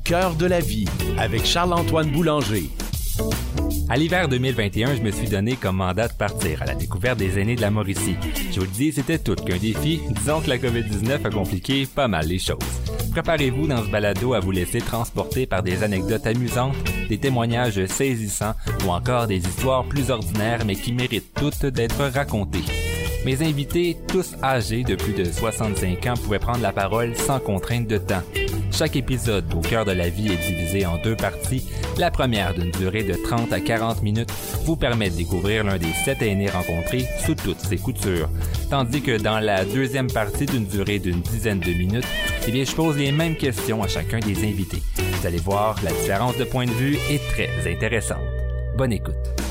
Cœur de la vie avec Charles-Antoine Boulanger. À l'hiver 2021, je me suis donné comme mandat de partir à la découverte des aînés de la Mauricie. Je vous le dis, c'était tout qu'un défi. Disons que la COVID-19 a compliqué pas mal les choses. Préparez-vous dans ce balado à vous laisser transporter par des anecdotes amusantes, des témoignages saisissants ou encore des histoires plus ordinaires mais qui méritent toutes d'être racontées. Mes invités, tous âgés de plus de 65 ans, pouvaient prendre la parole sans contrainte de temps. Chaque épisode au Cœur de la vie est divisé en 2 parties. La première, d'une durée de 30 à 40 minutes, vous permet de découvrir l'un des 7 aînés rencontrés sous toutes ses coutures. Tandis que dans la deuxième partie, d'une durée d'une dizaine de minutes, je pose les mêmes questions à chacun des invités. Vous allez voir, la différence de point de vue est très intéressante. Bonne écoute.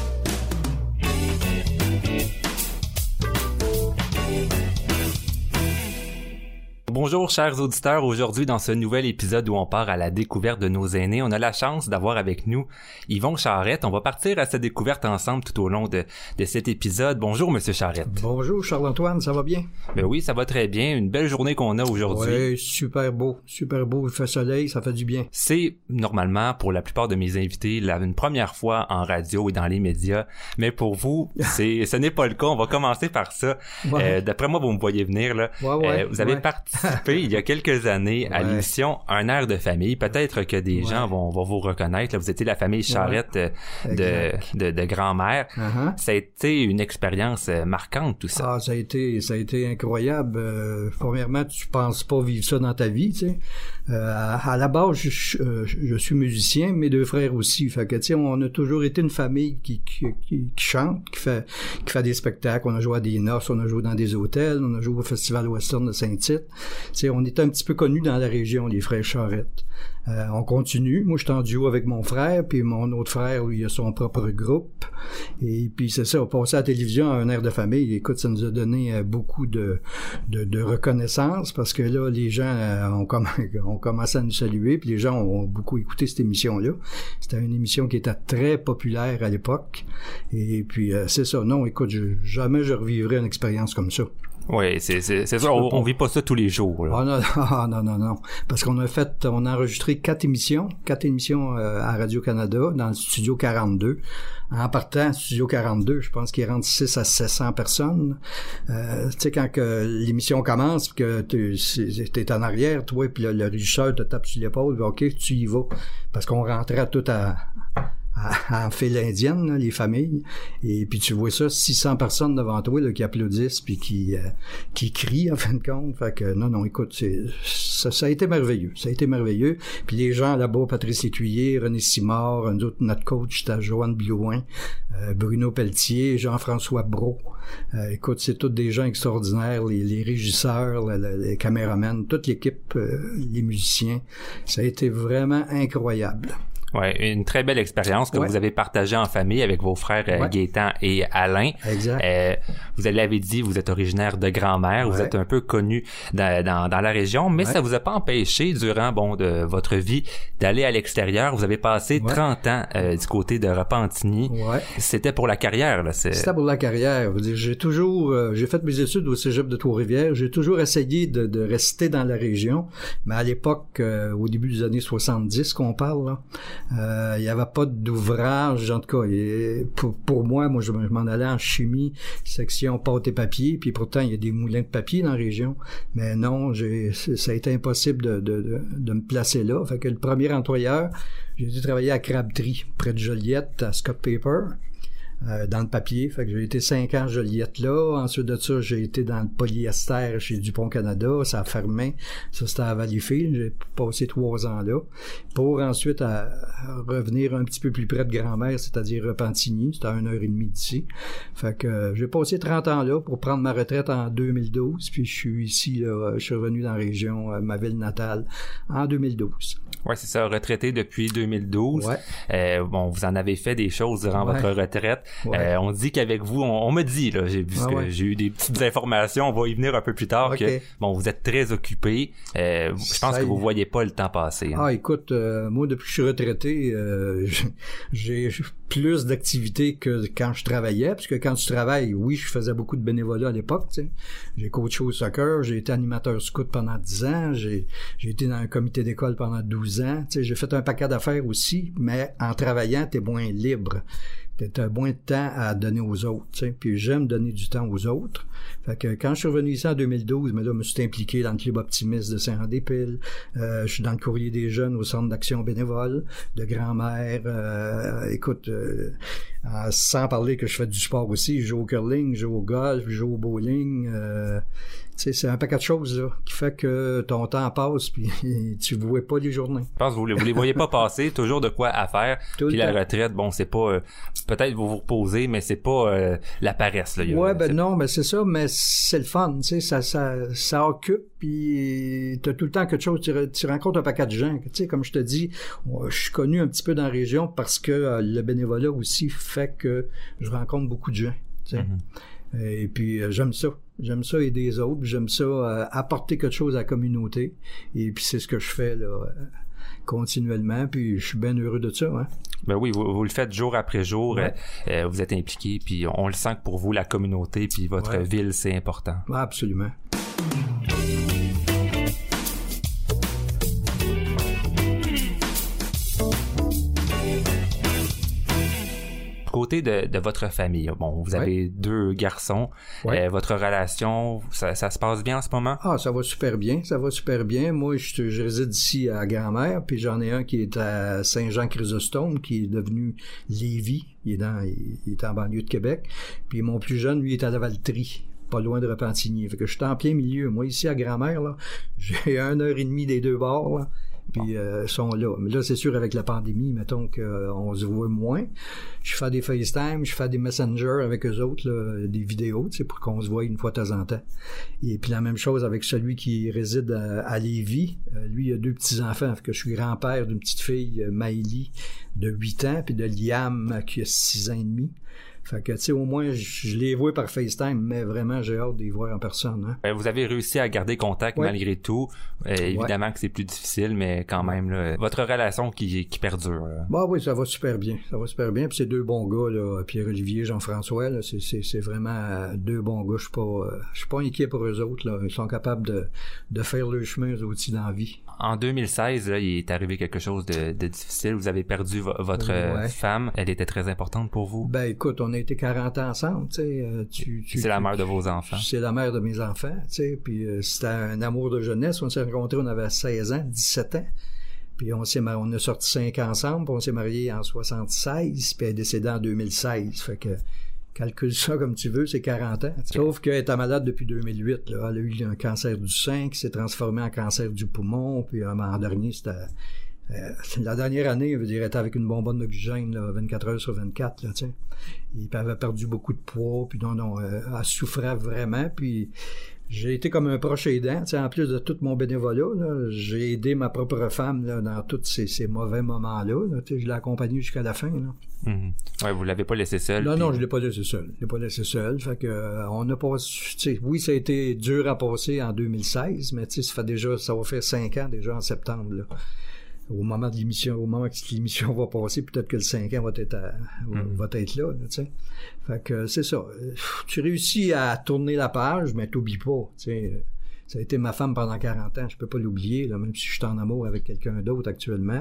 Bonjour chers auditeurs, aujourd'hui dans ce nouvel épisode où on part à la découverte de nos aînés, on a la chance d'avoir avec nous Yvon Charette. On va partir à sa découverte ensemble tout au long de cet épisode. Bonjour Monsieur Charette. Bonjour Charles-Antoine, ça va bien? Ben oui, ça va très bien, une belle journée qu'on a aujourd'hui. Oui, super beau, il fait soleil, ça fait du bien. C'est normalement pour la plupart de mes invités une première fois en radio et dans les médias, mais pour vous, ce n'est pas le cas, on va commencer par ça. Ouais. D'après moi, vous me voyez venir là. Ouais, vous avez participé il y a quelques années à l'émission Un air de famille. Peut-être que des gens vont vous reconnaître. Là, vous étiez la famille Charette de grand-mère. Uh-huh. Ça a été une expérience marquante, tout ça. Ah, ça a été incroyable. Premièrement, tu penses pas vivre ça dans ta vie, tu sais. À la base, je suis musicien, mes 2 frères aussi. Fait que, tu sais, on a toujours été une famille qui chante, qui fait des spectacles. On a joué à des noces, on a joué dans des hôtels, on a joué au Festival Western de Saint-Tite. T'sais, on est un petit peu connus dans la région, les frères Charette. On continue. Moi, je suis en duo avec mon frère, puis mon autre frère, lui, il a son propre groupe. Et puis, c'est ça, on passait à la télévision à Un air de famille. Écoute, ça nous a donné beaucoup de reconnaissance, parce que là, les gens ont commencé à nous saluer, puis les gens ont beaucoup écouté cette émission-là. C'était une émission qui était très populaire à l'époque. Et puis, c'est ça. Non, écoute, jamais je revivrai une expérience comme ça. Oui, c'est ça, on vit pas ça tous les jours. Là. Non. Parce qu'on a enregistré 4 émissions à Radio-Canada dans le Studio 42. En partant, Studio 42, je pense qu'il rentre 6 à 700 personnes. Tu sais, quand que l'émission commence, que t'es en arrière, toi, puis le régisseur te tape sur l'épaule, OK, tu y vas. Parce qu'on rentrait tout en file indienne, là, les familles, et puis tu vois ça, 600 personnes devant toi là, qui applaudissent puis qui crient en fin de compte. Fait que non, écoute, ça a été merveilleux. Puis les gens là-bas, Patrice Lécuyer, René Simard, notre coach, c'était Joanne Blouin, Bruno Pelletier, Jean-François Brault. Écoute, c'est tous des gens extraordinaires, les régisseurs, les caméramans, toute l'équipe, les musiciens. Ça a été vraiment incroyable. Ouais, une très belle expérience que vous avez partagée en famille avec vos frères Gaétan et Alain. Exact. Vous l'avez dit, vous êtes originaire de grand-mère, vous êtes un peu connu dans la région, mais ça vous a pas empêché durant de votre vie d'aller à l'extérieur. Vous avez passé 30 ans du côté de Repentigny. Ouais. C'était pour la carrière là. C'était pour la carrière. J'ai fait mes études au Cégep de Trois-Rivières. J'ai toujours essayé de rester dans la région, mais à l'époque, au début des années 70 qu'on parle là. Il y avait pas d'ouvrage, en tout cas. Pour moi, je m'en allais en chimie, section pâte et papier, puis pourtant, il y a des moulins de papier dans la région. Mais non, ça a été impossible de me placer là. Fait que le premier employeur, j'ai dû travailler à Crabtree, près de Joliette, à Scott Paper. Dans le papier. Fait que j'ai été 5 ans à Joliette là. Ensuite de ça, j'ai été dans le polyester chez Dupont Canada. Ça a fermé. Ça, c'était à Valleyfield. J'ai passé 3 ans là. Pour ensuite revenir un petit peu plus près de grand-mère, c'est-à-dire Repentigny. C'était à 1h30 d'ici. Fait que j'ai passé 30 ans là pour prendre ma retraite en 2012. Puis je suis ici, là. Je suis revenu dans la région, ma ville natale, en 2012. Ouais, c'est ça, retraité depuis 2012. Ouais. Vous en avez fait des choses durant votre retraite. Ouais. On dit qu'avec vous, on me dit, là, j'ai eu des petites informations, on va y venir un peu plus tard, que bon, vous êtes très occupé. Je pense que vous voyez pas le temps passer. Hein. Ah, écoute, moi, depuis que je suis retraité, j'ai plus d'activités que quand je travaillais, parce que quand tu travailles, oui, je faisais beaucoup de bénévolat à l'époque, tu sais. J'ai coaché au soccer, j'ai été animateur scout pendant 10 ans, j'ai été dans un comité d'école pendant 12 ans, tu sais, j'ai fait un paquet d'affaires aussi, mais en travaillant, t'es moins libre. T'as moins de temps à donner aux autres, tu sais. Puis j'aime donner du temps aux autres. Fait que quand je suis revenu ici en 2012, mais là, je me suis impliqué dans le Club Optimiste de Saint-Jean-des-Piles. Je suis dans le Courrier des jeunes au Centre d'action bénévole de grand-mère. Écoute, sans parler que je fais du sport aussi, je joue au curling, je joue au golf, je joue au bowling. Tu sais, c'est un paquet de choses là qui fait que ton temps passe puis tu ne vois pas les journées. Je pense que vous les voyez pas passer, toujours de quoi à faire. Puis la retraite, bon, c'est pas peut-être vous reposez, mais c'est pas la paresse là. Non, ben c'est ça, mais c'est le fun, tu sais, ça occupe puis t'as tout le temps quelque chose, tu rencontres un paquet de gens, tu sais, comme je te dis, je suis connu un petit peu dans la région parce que le bénévolat aussi fait que je rencontre beaucoup de gens, tu sais. Mm-hmm. Et puis j'aime ça aider les autres, j'aime ça apporter quelque chose à la communauté, et puis c'est ce que je fais là continuellement, puis je suis bien heureux de ça. Hein? Ben oui, vous le faites jour après jour, ouais. Vous êtes impliqué, puis on le sent que pour vous, la communauté, puis votre ville, c'est important. Absolument. Côté de votre famille, bon, vous avez 2 garçons. Votre relation, ça se passe bien en ce moment? Ah, ça va super bien. Moi, je réside ici à Grand-Mère, puis j'en ai un qui est à Saint-Jean-Chrysostome, qui est devenu Lévis. Il est en banlieue de Québec. Puis mon plus jeune, lui, est à Lavaltrie, pas loin de Repentigny. Fait que je suis en plein milieu. Moi, ici à Grand-Mère, là, j'ai 1h30 des 2 bords, là. Puis sont là. Mais là, c'est sûr, avec la pandémie, mettons qu'on se voit moins. Je fais des FaceTime, je fais des Messenger avec eux autres, là, des vidéos, tu sais, pour qu'on se voie une fois de temps en temps. Et puis la même chose avec celui qui réside à Lévis. Lui, il a 2 petits-enfants. Fait que je suis grand-père d'une petite fille, Maëlie, de 8 ans, puis de Liam, qui a 6 ans et demi. Fait que, tu sais, au moins, je les vois par FaceTime, mais vraiment, j'ai hâte de les voir en personne. Hein. Vous avez réussi à garder contact malgré tout. Évidemment que c'est plus difficile, mais quand même, là, votre relation qui perdure. Là. Bah oui, ça va super bien. Puis c'est 2 bons gars, là, Pierre-Olivier, Jean-François, là, c'est vraiment 2 bons gars. Je suis pas inquiet pour eux autres. Là. Ils sont capables de faire le chemin, eux aussi, dans la vie. En 2016, là, il est arrivé quelque chose de difficile. Vous avez perdu votre femme. Elle était très importante pour vous? Ben écoute, on a été 40 ans ensemble, tu sais. C'est la mère de vos enfants. C'est la mère de mes enfants, tu sais. Puis c'était un amour de jeunesse. On s'est rencontrés, on avait 16 ans, 17 ans. Puis on a sorti 5 ans ensemble, puis on s'est mariés en 76, puis elle est décédée en 2016. Fait que calcule ça comme tu veux, c'est 40 ans. Sauf qu'elle était malade depuis 2008. Là. Elle a eu un cancer du sein qui s'est transformé en cancer du poumon. Puis à un moment dernier, c'était... la dernière année, je veux dire, elle était avec une bonbonne d'oxygène, là, 24 heures sur 24, là, tu sais. Et puis elle avait perdu beaucoup de poids, puis non, elle souffrait vraiment, puis j'ai été comme un proche aidant, tu sais, en plus de tout mon bénévolat, là, j'ai aidé ma propre femme, là, dans tous ces mauvais moments-là, là, tu sais, je l'ai accompagnée jusqu'à la fin, là. Mm-hmm. Ouais, vous l'avez pas laissé seul. Non, je l'ai pas laissé seul. Fait que, on a pas, tu sais, oui, ça a été dur à passer en 2016, mais tu sais, ça va faire 5 ans déjà en septembre, là. Au moment que l'émission va passer, peut-être que le 5 ans va être là, tu sais. Fait que c'est ça. Tu réussis à tourner la page, mais t'oublies pas, tu sais. Ça a été ma femme pendant 40 ans, je peux pas l'oublier, là, même si je suis en amour avec quelqu'un d'autre actuellement.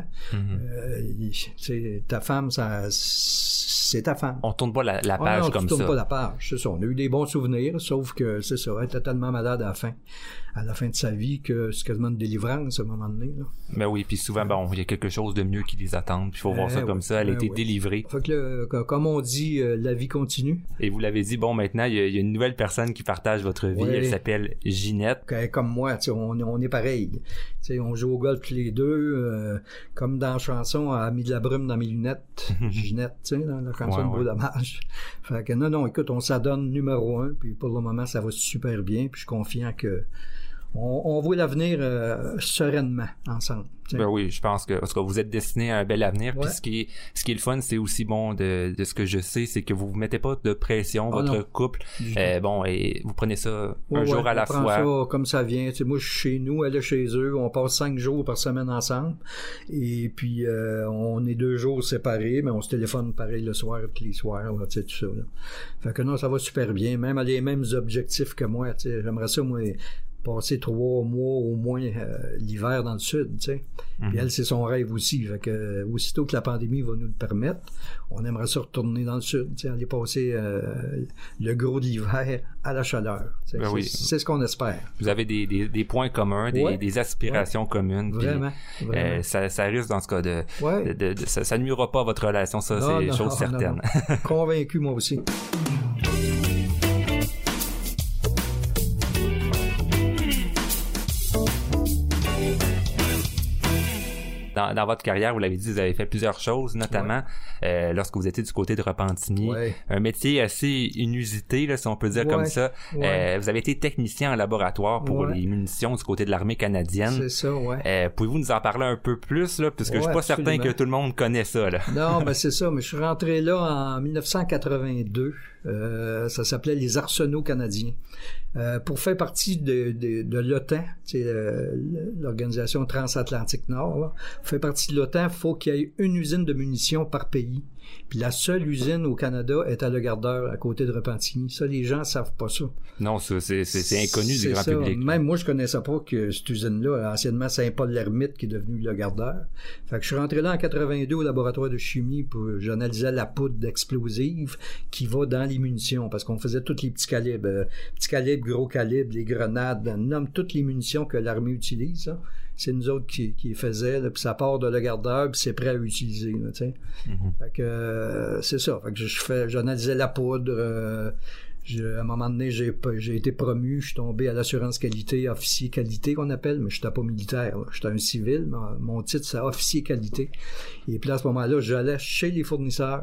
Tu sais, ta femme, c'est ta femme. On tourne pas la page comme ça. On tourne pas la page, c'est ça. On a eu des bons souvenirs, sauf que c'est ça, elle était tellement malade à la fin de sa vie que c'est quasiment une délivrance à un moment donné. Là. Ben oui, puis souvent, bon, il y a quelque chose de mieux qui les attend, puis il faut voir ça comme ça. Elle a été délivrée. Fait que comme on dit, la vie continue. Et vous l'avez dit, bon, maintenant, il y a une nouvelle personne qui partage votre vie. Elle s'appelle Ginette. Comme moi, tu sais, on est pareil. Tu sais, on joue au golf tous les deux, comme dans la chanson, elle a mis de la brume dans mes lunettes. Ginette, tu sais, dans la chanson de Beau Dommage. Fait que non, écoute, on s'adonne numéro 1, puis pour le moment, ça va super bien, puis je suis confiant que on voit l'avenir sereinement ensemble. T'sais. Ben oui, je pense que parce que vous êtes destiné à un bel avenir. Puis ce qui est le fun, c'est aussi bon de ce que je sais, c'est que vous mettez pas de pression votre couple. Et vous prenez ça un jour à la fois. On prend ça comme ça vient. T'sais, moi, je suis chez nous, elle est chez eux. On passe 5 jours par semaine ensemble. Et puis on est 2 jours séparés, mais on se téléphone pareil le soir, tous les soirs, là, tout ça. Là. Fait que non, ça va super bien. Même à les mêmes objectifs que moi. J'aimerais ça, moi, passer 3 mois au moins l'hiver dans le sud, tu sais. Puis elle, c'est son rêve aussi. Fait que aussitôt que la pandémie va nous le permettre, on aimerait ça retourner dans le sud, tu sais, aller passer le gros de l'hiver à la chaleur. Ben c'est ce qu'on espère. Vous avez des points communs, des aspirations communes. Vraiment. Ça risque dans ce cas ça nuira pas à votre relation, ça, c'est chose certaine. Non. Convaincu, moi aussi. Dans votre carrière, vous l'avez dit, vous avez fait plusieurs choses, notamment lorsque vous étiez du côté de Repentigny. Un métier assez inusité, là, si on peut dire comme ça. Vous avez été technicien en laboratoire pour les munitions du côté de l'armée canadienne. C'est ça, pouvez-vous nous en parler un peu plus, là, parce que je suis pas certain que tout le monde connaît ça, là. Non, ben c'est ça. Mais je suis rentré là en 1982. Ça s'appelait les Arsenaux canadiens. Pour faire partie de l'OTAN, l'Organisation transatlantique Nord, là, pour faire partie de l'OTAN, il faut qu'il y ait une usine de munitions par pays. Puis la seule usine au Canada est à Le Gardeur, à côté de Repentigny. Ça, les gens savent pas ça. Non, ça, c'est inconnu du grand public. Même moi, je connaissais pas que cette usine-là, anciennement Saint-Paul-l'Ermite, qui est devenue Le Gardeur. Fait que je suis rentré là en 82 au laboratoire de chimie j'analysais la poudre d'explosifs qui va dans les munitions, parce qu'on faisait tous les petits calibres, gros calibre, les grenades, on nomme toutes les munitions que l'armée utilise, hein. C'est nous autres qui les faisaient, puis ça part de Le Gardeur, puis c'est prêt à utiliser, là, tu sais. Fait que c'est ça. Fait que j'analysais la poudre. À un moment donné, j'ai été promu, je suis tombé à l'assurance qualité, officier qualité qu'on appelle, mais je n'étais pas militaire, là. J'étais un civil, mais mon titre c'est officier qualité. Et puis là, à ce moment-là, j'allais chez les fournisseurs,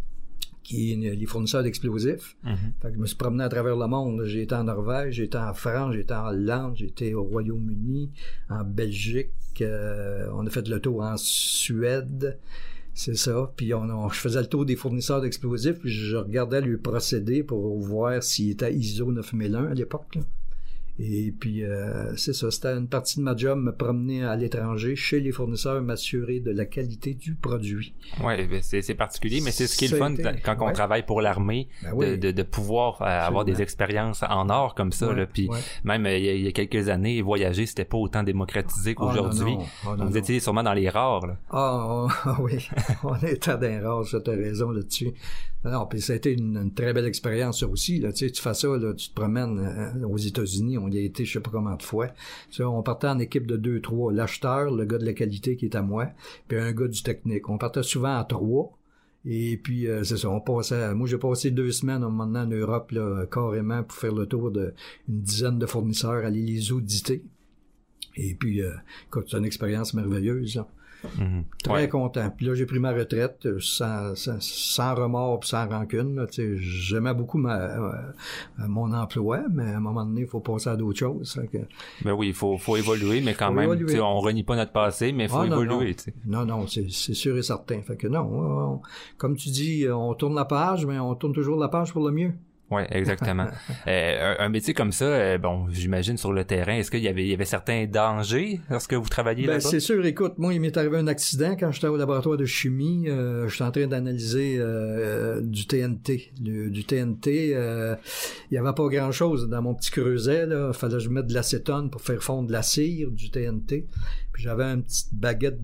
les fournisseurs d'explosifs. Fait que je me suis promené à travers le monde. J'ai été en Norvège, j'ai été en France, j'ai été en Hollande, j'ai été au Royaume-Uni, en Belgique, on a fait le tour en Suède. C'est ça. Puis je faisais le tour des fournisseurs d'explosifs, puis je regardais le procédé pour voir s'il était ISO 9001 à l'époque, là. Et puis, c'est ça, c'était une partie de ma job, me promener à l'étranger, chez les fournisseurs, m'assurer de la qualité du produit. Oui, c'est particulier, mais c'est ce qui est le fun quand on travaille pour l'armée, de pouvoir avoir des expériences en or comme ça. Là. Puis même, il y a quelques années, voyager, c'était pas autant démocratisé qu'aujourd'hui. Vous étiez sûrement dans les rares. Là. Oui, on était dans les rares, tu as raison là-dessus. Non, puis ça a été une très belle expérience, ça aussi. Là. Tu fais ça, là, tu te promènes aux États-Unis, on y a été je sais pas combien de fois. On partait en équipe de 2-3. L'acheteur, le gars de la qualité qui est à moi, puis un gars du technique. On partait souvent à 3. Et puis, c'est ça, moi j'ai passé 2 semaines à un moment donné en Europe, là, carrément, pour faire le tour d'une dizaine de fournisseurs, aller les auditer. Et puis, écoute, c'est une expérience merveilleuse, là. Très content. Puis là, j'ai pris ma retraite sans remords et sans rancune. Là, j'aimais beaucoup mon emploi, mais à un moment donné, il faut passer à d'autres choses. Que... Ben oui, il faut évoluer, mais quand même, on renie pas notre passé, mais il faut évoluer. Non, c'est sûr et certain. Fait que non, comme tu dis, on tourne la page, mais on tourne toujours la page pour le mieux. Oui, exactement. Un métier comme ça, j'imagine sur le terrain, est-ce qu'il y avait certains dangers lorsque vous travailliez là-bas? C'est sûr, écoute, moi, il m'est arrivé un accident quand j'étais au laboratoire de chimie. J'étais en train d'analyser du TNT. Du TNT, il y avait pas grand-chose dans mon petit creuset, là. Fallait que je mette de l'acétone pour faire fondre la cire du TNT. Puis j'avais une petite baguette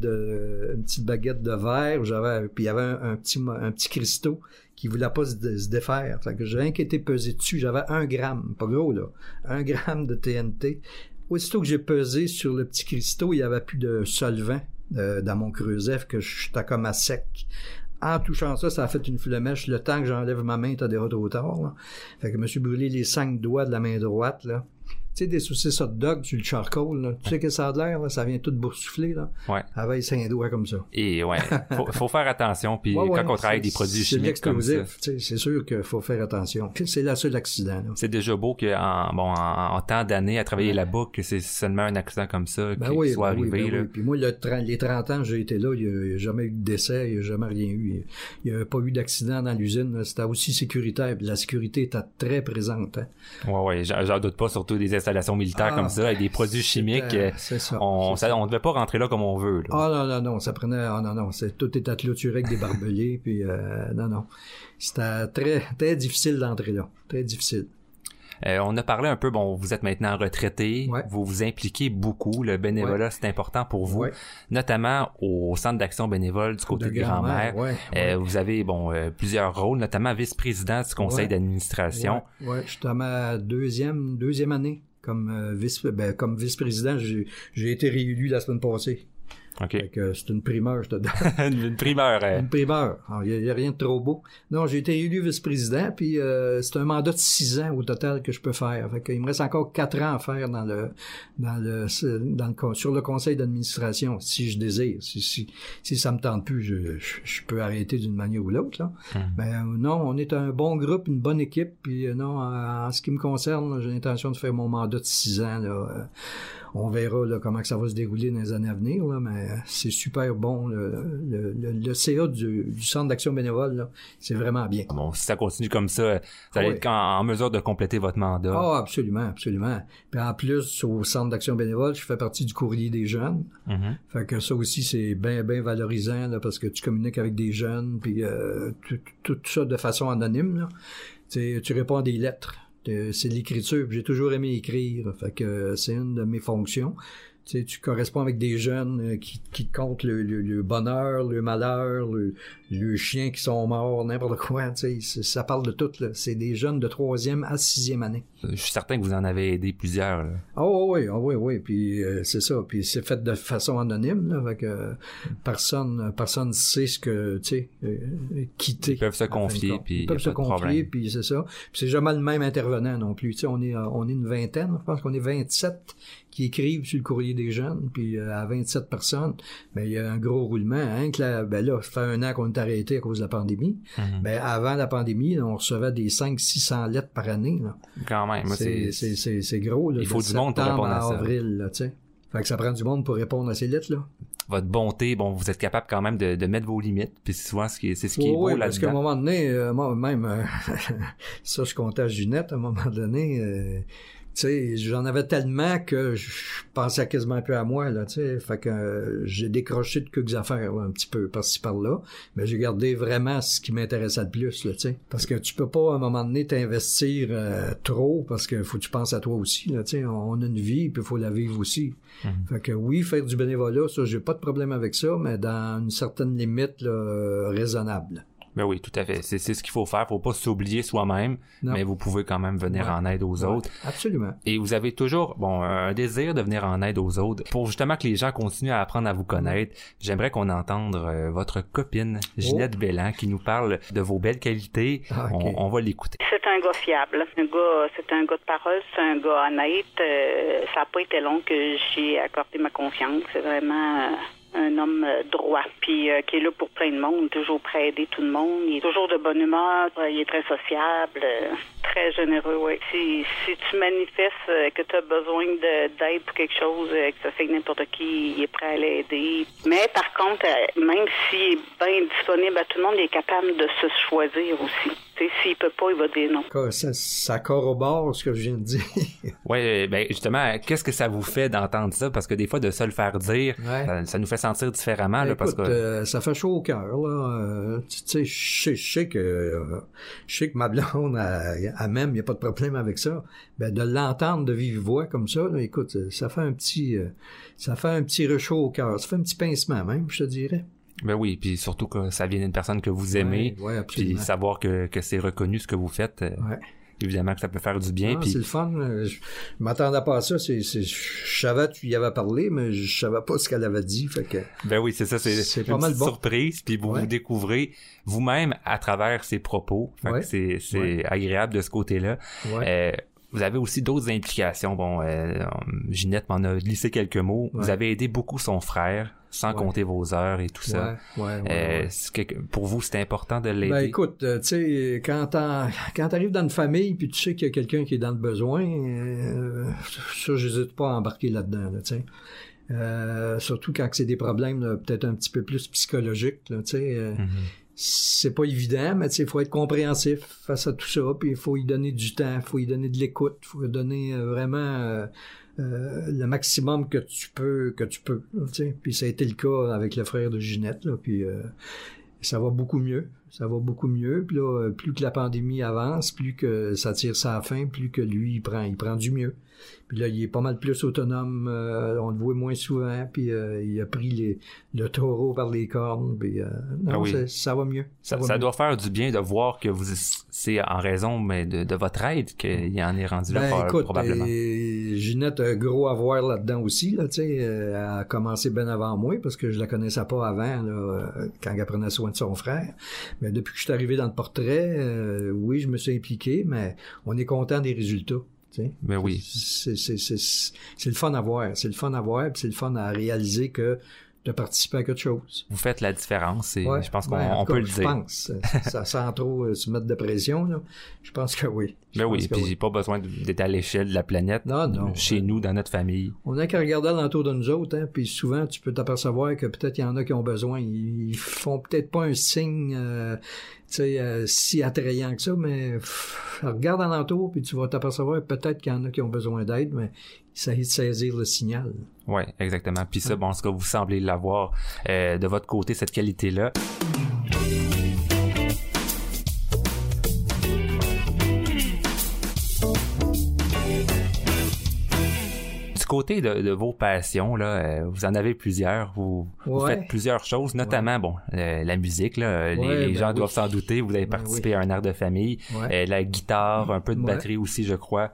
de verre, puis il y avait un petit cristaux qui voulait pas se défaire. Fait que j'ai rien qui était pesé dessus. J'avais 1 gramme, pas gros, là. 1 gramme de TNT. Aussitôt que j'ai pesé sur le petit cristaux, il y avait plus de solvant dans mon creuset, que j'étais comme à sec. En touchant ça, ça a fait une flemèche. Le temps que j'enlève ma main, t'as déjà trop tard, là. Fait que je me suis brûlé les 5 doigts de la main droite, là. sais, des saucisses hot dog sur le charcoal, là. Tu sais que ça a l'air, là, ça vient tout boursoufler, là. Ouais. Avec 5 doigts comme ça. Et ouais, faut faire attention. Puis quand on travaille avec des produits chimiques comme ça, c'est sûr qu'il faut faire attention. C'est le seul accident, là. C'est déjà beau en temps d'années à travailler là-bas, que c'est seulement un accident comme ça qui soit arrivé. Là. Oui. Puis moi, les 30 ans que j'ai été là, il n'y a jamais eu de décès, il n'y a jamais rien eu. Il n'y a pas eu d'accident dans l'usine. Là. C'était aussi sécuritaire. Puis la sécurité était très présente. Hein. Ouais, j'en doute pas, surtout des installations militaires comme ça, avec des produits chimiques. C'est ça. On devait pas rentrer là comme on veut. Là. Non, ça prenait... tout était clôturé avec des barbelés, puis non. C'était très, très difficile d'entrer là. Très difficile. On a parlé un peu, vous êtes maintenant retraité, vous vous impliquez beaucoup, le bénévolat c'est important pour vous, notamment au Centre d'action bénévole du côté de Grand-Mère. Vous avez plusieurs rôles, notamment vice-président du conseil d'administration. Je suis à ma deuxième année comme vice-président. J'ai été réélu la semaine passée. OK. Fait que c'est une primeur, je te donne. Une primeur. Une primeur. Il y a rien de trop beau. Non, j'ai été élu vice-président, puis c'est un mandat de 6 ans au total que je peux faire. Fait que il me reste encore 4 ans à faire sur le conseil d'administration, si je désire. Si ça me tente plus, je peux arrêter d'une manière ou l'autre, là. Mais non, on est un bon groupe, une bonne équipe, puis non, en ce qui me concerne, là, j'ai l'intention de faire mon mandat de 6 ans, là. On verra là, comment que ça va se dérouler dans les années à venir, là, mais c'est super bon. Le CA du Centre d'action bénévole, là, c'est vraiment bien. Bon, si ça continue comme ça, vous allez être en mesure de compléter votre mandat. Ah, absolument. Puis en plus, au Centre d'action bénévole, je fais partie du courrier des jeunes. Fait que ça aussi, c'est bien valorisant, là, parce que tu communiques avec des jeunes, puis tout ça de façon anonyme, là. Tu réponds à des lettres. C'est l'écriture, j'ai toujours aimé écrire, fait que c'est une de mes fonctions. Tu corresponds avec des jeunes qui te comptent le bonheur, le malheur, le chien qui sont morts, n'importe quoi, ça parle de tout, là. C'est des jeunes de 3e à 6e année. Je suis certain que vous en avez aidé plusieurs, là. Oui, puis c'est ça, puis c'est fait de façon anonyme, là, fait que personne sait ce que, quitter. Ils peuvent se confier, puis puis c'est ça. Puis c'est jamais le même intervenant non plus, on est une vingtaine, je pense qu'on est 27 qui écrivent sur le courrier des jeunes, puis à 27 personnes, il y a un gros roulement, hein, que là, ça fait 1 an qu'on est arrêté à cause de la pandémie. Avant la pandémie, là, on recevait des 500-600 lettres par année, là. Quand même, c'est gros, là. Il faut du monde pour répondre à ça. Avril, là, tu sais. Fait que ça prend du monde pour répondre à ces lettres-là. Votre bonté, vous êtes capable quand même de mettre vos limites, puis souvent c'est ce qui est beau là-dedans. Parce qu'à un moment donné, moi, même, ça, je comptais à Ginette, à un moment donné, j'en avais tellement que je pensais quasiment plus à moi, là, fait que j'ai décroché de quelques affaires, là, un petit peu par-ci par-là, mais j'ai gardé vraiment ce qui m'intéressait le plus, là, parce que tu peux pas à un moment donné t'investir trop, parce que faut que tu penses à toi aussi, là, on a une vie, puis il faut la vivre aussi. Fait que oui, faire du bénévolat, ça, j'ai pas de problème avec ça, mais dans une certaine limite, là, raisonnable. Ben oui, tout à fait. C'est ce qu'il faut faire. Faut pas s'oublier soi-même, mais vous pouvez quand même venir en aide aux autres. Absolument. Et vous avez toujours, un désir de venir en aide aux autres. Pour justement que les gens continuent à apprendre à vous connaître, j'aimerais qu'on entende votre copine, Ginette Belland, qui nous parle de vos belles qualités. Okay. On va l'écouter. C'est un gars fiable. C'est un gars de parole, c'est un gars honnête. Ça n'a pas été long que j'ai accordé ma confiance. C'est vraiment... un homme droit, puis qui est là pour plein de monde, toujours prêt à aider tout le monde. Il est toujours de bonne humeur, il est très sociable, très généreux, oui. Si tu manifestes que tu as besoin d'aide pour quelque chose, que ça fait que n'importe qui, il est prêt à l'aider. Mais par contre, même s'il est bien disponible à tout le monde, il est capable de se choisir aussi. S'il peut pas, il va dire non. Ça corrobore ce que je viens de dire. Oui, justement, qu'est-ce que ça vous fait d'entendre ça? Parce que des fois, de se le faire dire, ça nous fait sentir différemment. Là, écoute, parce que ça fait chaud au cœur. Là. Tu sais, je sais que ma blonde, elle m'aime, il n'y a pas de problème avec ça. De l'entendre de vive voix comme ça, là, écoute, ça fait un petit réchaud au cœur. Ça fait un petit pincement même, je te dirais. Ben oui, puis surtout que ça vient d'une personne que vous aimez, puis savoir que c'est reconnu ce que vous faites, évidemment que ça peut faire du bien. Puis c'est le fun. Je m'attendais pas à ça. Je savais que tu y avais parlé, mais je savais pas ce qu'elle avait dit. Fait que ben oui, c'est ça. C'est pas mal bon. Surprise, puis vous découvrez vous-même à travers ses propos. Fait que c'est agréable de ce côté-là. Vous avez aussi d'autres implications. Bon, Ginette m'en a glissé quelques mots. Ouais. Vous avez aidé beaucoup son frère, sans compter vos heures et tout ça. Pour vous, c'est important de l'aider? Ben écoute, tu sais, quand t'arrives dans une famille puis tu sais qu'il y a quelqu'un qui est dans le besoin, ça, j'hésite pas à embarquer là-dedans, là, tu sais. Surtout quand c'est des problèmes là, peut-être un petit peu plus psychologiques, là, tu sais. C'est pas évident, mais il faut être compréhensif face à tout ça, puis il faut y donner du temps, il faut y donner de l'écoute, il faut y donner vraiment le maximum que tu peux. Puis ça a été le cas avec le frère de Ginette, là, puis ça va beaucoup mieux. Puis là, plus que la pandémie avance, plus que ça tire sa fin, plus que lui, il prend du mieux. Puis là, il est pas mal plus autonome, on le voit moins souvent, puis il a pris le taureau par les cornes, puis ça va mieux. Ça doit faire du bien de voir que c'est en raison de votre aide qu'il en est rendu là, probablement. Ginette a gros à voir là-dedans aussi, là, tu sais, elle a commencé bien avant moi, parce que je la connaissais pas avant, là, quand elle prenait soin de son frère. Mais depuis que je suis arrivé dans le portrait, oui, je me suis impliqué, mais on est content des résultats. Ben oui. C'est le fun à voir. C'est le fun à voir, puis c'est le fun à réaliser que de participer à quelque chose. Vous faites la différence et je pense qu'on peut le dire. Je pense. Ça sans trop se mettre de pression, là. Je pense que oui. Ben oui, puis j'ai pas besoin d'être à l'échelle de la planète. Non. Chez nous, dans notre famille. On n'a qu'à regarder alentour de nous autres, hein, puis souvent, tu peux t'apercevoir que peut-être il y en a qui ont besoin. Ils font peut-être pas un signe si attrayant que ça, mais regarde alentour, puis tu vas t'apercevoir peut-être qu'il y en a qui ont besoin d'aide, mais il s'agit de saisir le signal. Oui, exactement. Puis ça, bon, en tout cas, vous semblez l'avoir de votre côté, cette qualité-là. Côté de vos passions, là, vous en avez plusieurs. Vous faites plusieurs choses, notamment la musique. Là, les gens doivent s'en douter. Vous avez participé à un art de famille, la guitare, un peu de batterie aussi, je crois.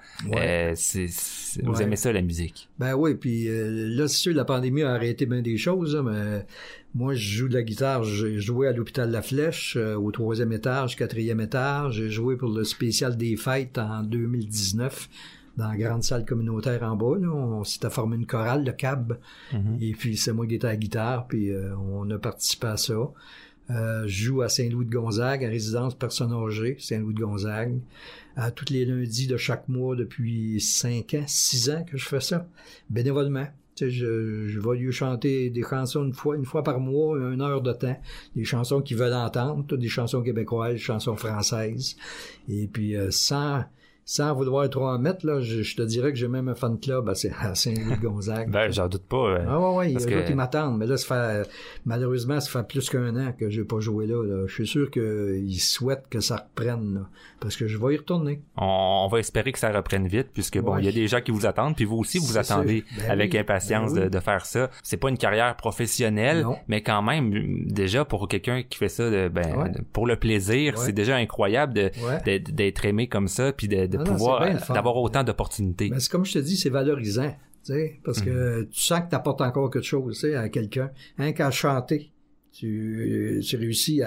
Vous aimez ça, la musique? Ben oui, puis là, c'est sûr, la pandémie a arrêté bien des choses, là, mais moi, je joue de la guitare. J'ai joué à l'hôpital La Flèche, au 3e étage, 4e étage. J'ai joué pour le spécial des fêtes en 2019. Dans la grande salle communautaire en bas, là, on s'était formé une chorale, le CAB, et puis c'est moi qui étais à la guitare, puis on a participé à ça. Je joue à Saint-Louis-de-Gonzague, à résidence personnes âgées, Saint-Louis-de-Gonzague, à tous les lundis de chaque mois depuis 6 ans que je fais ça, bénévolement. Je vais lui chanter des chansons une fois par mois, 1 heure de temps, des chansons qu'ils veulent entendre, des chansons québécoises, des chansons françaises, et puis sans vouloir trop en mettre, là, je te dirais que j'ai même un fan club à Saint-Louis-de-Gonzague. Ben, j'en doute pas. Oui, ils m'attendent. Mais là, malheureusement, ça fait plus qu'1 an que j'ai pas joué là. Je suis sûr qu'ils souhaitent que ça reprenne, là, parce que je vais y retourner. On va espérer que ça reprenne vite, puisque il y a des gens qui vous attendent, puis vous aussi, vous attendez avec impatience de faire ça. C'est pas une carrière professionnelle, mais quand même, déjà, pour quelqu'un qui fait ça, pour le plaisir, c'est déjà incroyable d'être aimé comme ça, puis d'avoir autant d'opportunités. Ben, c'est comme je te dis, c'est valorisant, parce que tu sens que tu apportes encore quelque chose à quelqu'un. Qu'à chanter, tu réussis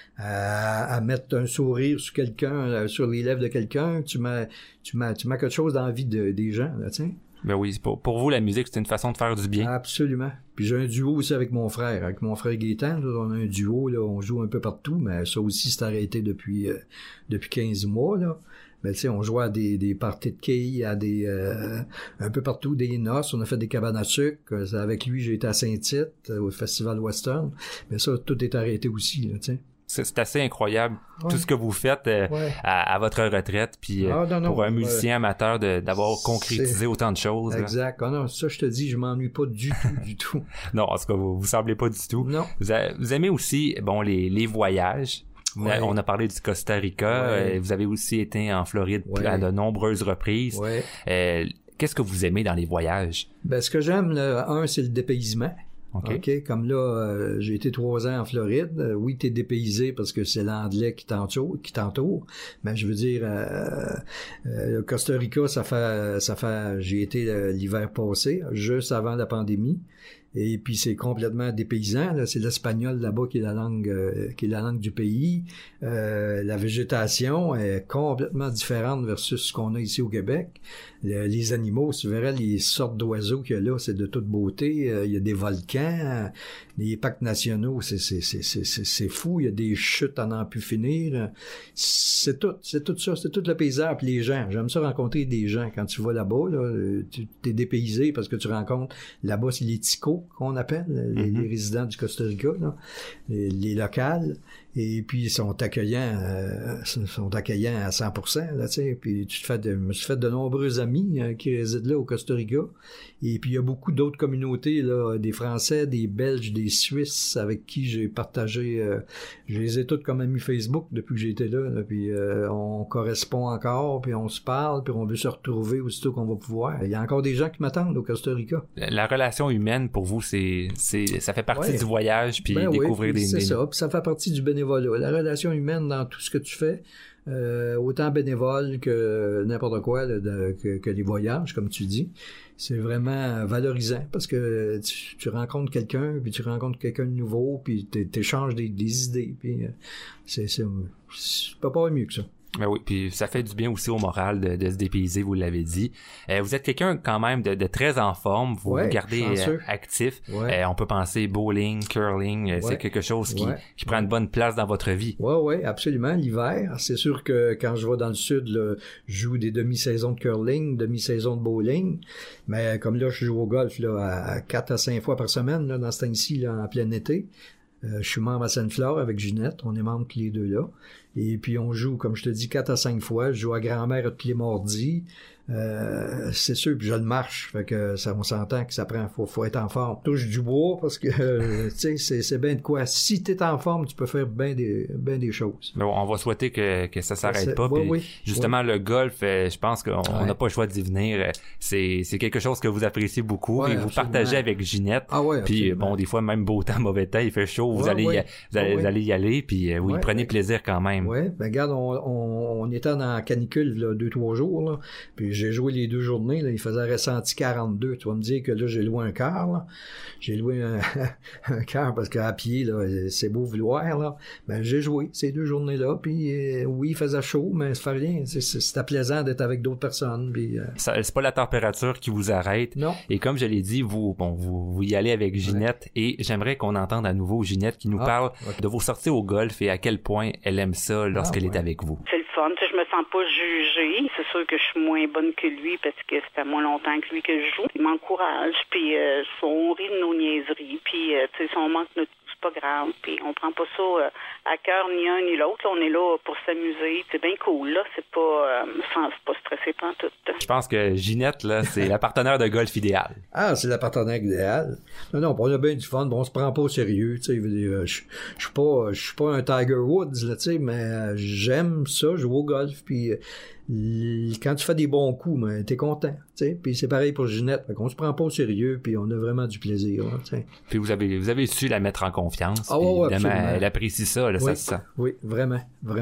à mettre un sourire sur quelqu'un, sur les lèvres de quelqu'un, tu mets quelque chose dans la vie des gens, là, Ben oui, pour vous, la musique, c'est une façon de faire du bien. Absolument. Puis j'ai un duo aussi avec mon frère. Avec mon frère Gaétan, là, on a un duo, là, on joue un peu partout, mais ça aussi, c'est arrêté depuis 15 mois, là. Ben, tu sais, on jouait à des parties de quilles, à un peu partout, des noces. On a fait des cabanes à sucre. Avec lui, j'ai été à Saint-Tite, au Festival Western. Mais ça, tout est arrêté aussi, là, tu sais. C'est assez incroyable, tout ce que vous faites à votre retraite, puis pour un musicien amateur d'avoir concrétisé autant de choses. Exact. Ah non, ça, je te dis, je m'ennuie pas du tout. Non, en tout cas, vous semblez pas du tout. Non. Vous aimez aussi, les voyages. Ouais. On a parlé du Costa Rica. Vous avez aussi été en Floride à de nombreuses reprises. Qu'est-ce que vous aimez dans les voyages? Ben, ce que j'aime, c'est le dépaysement. OK. Comme là, j'ai été 3 ans en Floride. Oui, t'es dépaysé parce que c'est l'anglais qui t'entoure. Mais je veux dire, Costa Rica, ça fait, j'y été l'hiver passé, juste avant la pandémie. Et puis c'est complètement dépaysant, là. C'est l'espagnol là-bas qui est la langue du pays. La végétation est complètement différente versus ce qu'on a ici au Québec. Les animaux, tu verrais les sortes d'oiseaux qu'il y a là, c'est de toute beauté. Il y a des volcans, les parcs nationaux, c'est fou. Il y a des chutes à n'en plus finir. C'est tout ça, c'est tout le paysage. Puis les gens, j'aime ça rencontrer des gens. Quand tu vas là-bas, là, tu t'es dépaysé parce que tu rencontres, là-bas, c'est les ticos qu'on appelle, les résidents du Costa Rica, là, les locales. Et puis ils sont accueillants à 100%, là, tu sais. Puis je me suis fait de nombreux amis qui résident là au Costa Rica. Et puis il y a beaucoup d'autres communautés, là, des Français, des Belges, des Suisses avec qui j'ai partagé. Je les ai tous comme amis Facebook depuis que j'ai été là. Puis on correspond encore, puis on se parle, puis on veut se retrouver aussitôt qu'on va pouvoir. Il y a encore des gens qui m'attendent au Costa Rica. La relation humaine pour vous, ça fait partie du voyage, puis découvrir des. C'est ça. Puis ça fait partie du bénévolat. La relation humaine dans tout ce que tu fais, autant bénévole que n'importe quoi, là, que les voyages, comme tu dis, c'est vraiment valorisant parce que tu rencontres quelqu'un, puis tu rencontres quelqu'un de nouveau, puis t'échanges des idées, puis c'est pas mieux que ça. Ben oui, puis ça fait du bien aussi au moral de se dépayser, vous l'avez dit. Vous êtes quelqu'un quand même de très en forme, vous vous gardez actif. On peut penser bowling, curling, c'est quelque chose qui prend une bonne place dans votre vie. Oui, absolument. L'hiver, c'est sûr que quand je vais dans le sud, là, je joue des demi-saisons de curling, demi-saisons de bowling, mais comme là, je joue au golf là, à 4 à 5 fois par semaine là, dans ce temps-ci, là, en plein été. Je suis membre à Sainte-Flore avec Ginette, on est membres tous les deux là. Et puis on joue, comme je te dis, 4 à 5 fois. Je joue à grand-mère à tous les mardis. C'est sûr, puis je le marche. Fait que on s'entend que ça prend, faut être en forme. Touche du bois parce que tu sais, c'est bien de quoi. Si t'es en forme, tu peux faire bien des choses. Mais bon, on va souhaiter que ça s'arrête pas. Justement, le golf, je pense qu'on n'a pas le choix d'y venir. C'est quelque chose que vous appréciez beaucoup et vous partagez avec Ginette. Puis bon, des fois même beau temps, mauvais temps, il fait chaud, vous allez y aller. Puis prenez plaisir quand même. Oui, ben regarde, on était en canicule là, 2-3 jours là. Puis j'ai joué les 2 journées, là, il faisait ressenti 42. Tu vas me dire que là, j'ai loué un quart, là. J'ai loué un quart parce qu'à pied, là, c'est beau vouloir, là. Ben, j'ai joué ces 2 journées-là, puis oui, il faisait chaud, mais ça fait rien. C'était plaisant d'être avec d'autres personnes, puis... C'est pas la température qui vous arrête. Non. Et comme je l'ai dit, vous y allez avec Ginette, et j'aimerais qu'on entende à nouveau Ginette qui nous parle de vos sorties au golf et à quel point elle aime ça lorsqu'elle est avec vous. C'est le fun, tu sais, je me sens pas jugée. C'est sûr que je suis moins bonne que lui parce que ça fait moins longtemps que lui que je joue. Il m'encourage, puis on rit de nos niaiseries, puis tu sais, si on manque notre coup, c'est pas grave, puis on prend pas ça à cœur ni un ni l'autre. Là, on est là pour s'amuser, c'est bien cool, là, c'est pas stressé pantoute. Je pense que Ginette, là, c'est la partenaire de golf idéale. Ah, c'est la partenaire idéale. Non, on a bien du fun, on se prend pas au sérieux, tu sais, je suis pas un Tiger Woods, là, tu sais, mais j'aime ça, jouer au golf, puis quand tu fais des bons coups, ben, t'es content, tu sais, puis c'est pareil pour Ginette, fait qu'on se prend pas au sérieux, puis on a vraiment du plaisir, là, tu sais. Puis vous avez su la mettre en confiance, puis évidemment, elle apprécie ça, là, ça se sent. Oui, vraiment.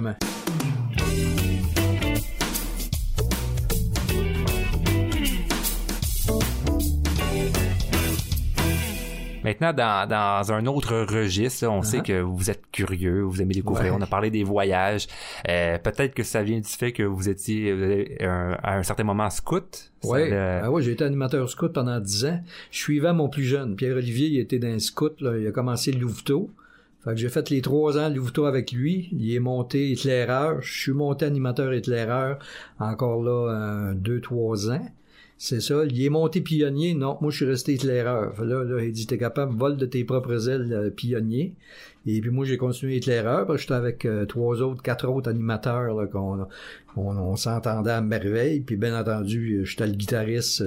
Maintenant, dans un autre registre, on sait que vous êtes curieux, vous aimez découvrir. On a parlé des voyages. Peut-être que ça vient du fait que vous étiez à un certain moment scout. Oui, j'ai été animateur scout pendant 10 ans. Je suivais mon plus jeune. Pierre-Olivier, il était dans un scout, là, il a commencé le Louveteau. Fait que j'ai fait les 3 ans de Louveteau avec lui. Il est monté éclaireur. Je suis monté animateur éclaireur encore là 2-3 ans. C'est ça. Il est monté pionnier. Non, moi, je suis resté éclaireur. Là, il dit, t'es capable, vole de tes propres ailes pionnier. Et puis moi, j'ai continué éclaireur parce que j'étais avec 4 autres animateurs là, on s'entendait à merveille. Puis bien entendu, j'étais le guitariste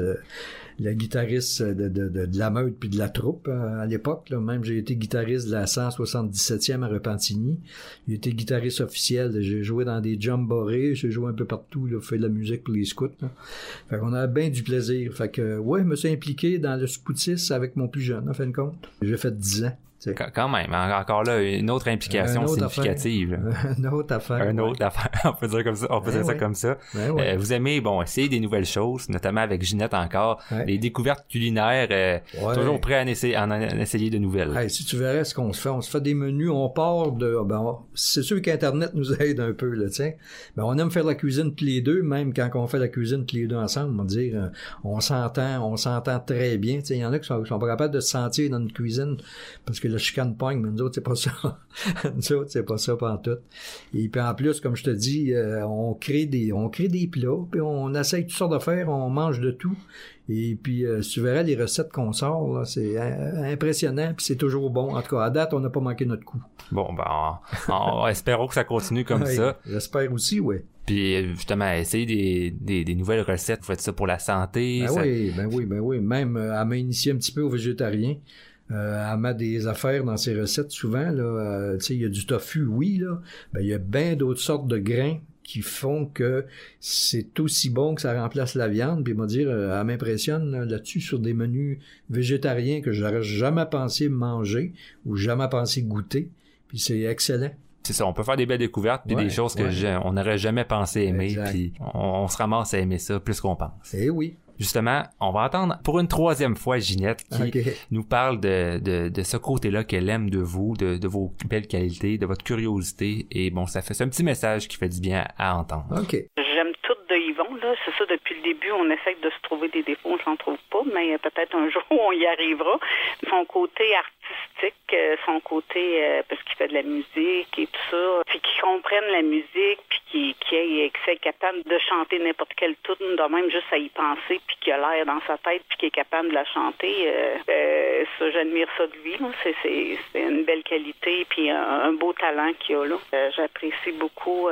de la meute puis de la troupe à l'époque. Là. Même j'ai été guitariste de la 177e à Repentigny. J'ai été guitariste officiel. J'ai joué dans des jamborees. J'ai joué un peu partout. Là, fait de la musique pour les scouts. Là. Fait qu'on avait bien du plaisir. Fait que je me suis impliqué dans le scoutisme avec mon plus jeune, en fin de compte. J'ai fait 10 ans. Quand même, encore là, une autre implication significative. Une autre affaire. Une autre affaire, on peut dire comme ça. On peut dire ça comme ça. Vous aimez, essayer des nouvelles choses, notamment avec Ginette encore, les découvertes culinaires, toujours prêt à en essayer de nouvelles. Hey, si tu verrais ce qu'on se fait, on se fait des menus, on part de... c'est sûr qu'Internet nous aide un peu, là, tiens. On aime faire la cuisine tous les deux, même quand on fait la cuisine tous les deux ensemble, on va dire, on s'entend très bien. Il y en a qui sont pas capables de se sentir dans une cuisine parce que le chicane pogne, mais nous autres, c'est pas ça. Nous autres, c'est pas ça pantoute. Et puis en plus, comme je te dis, on crée des plats, puis on essaye toutes sortes d'affaires, on mange de tout. Et puis, si tu verrais les recettes qu'on sort, là, c'est impressionnant, puis c'est toujours bon. En tout cas, à date, on n'a pas manqué notre coup. Bon, espérons que ça continue comme ça. J'espère aussi, oui. Puis justement, essayer des nouvelles recettes, vous faites ça pour la santé. Ben oui. Même, elle m'a initié un petit peu au végétarien. Elle met des affaires dans ses recettes souvent, là. Tu sais, il y a du tofu, oui, là. Il y a bien d'autres sortes de grains qui font que c'est aussi bon que ça remplace la viande. Puis, moi dire, elle m'impressionne là-dessus sur des menus végétariens que j'aurais jamais pensé manger ou jamais pensé goûter. Puis c'est excellent. C'est ça, on peut faire des belles découvertes puis des choses que on n'aurait jamais pensé aimer, puis on se ramasse à aimer ça plus qu'on pense. Eh oui. Justement, on va entendre pour une troisième fois Ginette qui nous parle de ce côté-là qu'elle aime de vous, de vos belles qualités, de votre curiosité. Et ça fait un petit message qui fait du bien à entendre. J'aime tout de Yvon, là. C'est ça, depuis le début, on essaie de se trouver des défauts, on s'en trouve pas, mais peut-être un jour on y arrivera. Son côté artistique, son côté, parce qu'il fait de la musique et tout ça, puis qu'il comprenne la musique, puis qu'il soit capable de chanter n'importe quelle tune, de même juste à y penser, puis qu'il a l'air dans sa tête, puis qu'il est capable de la chanter. Ça, j'admire ça de lui, là. C'est une belle qualité, puis un beau talent qu'il a, là. J'apprécie beaucoup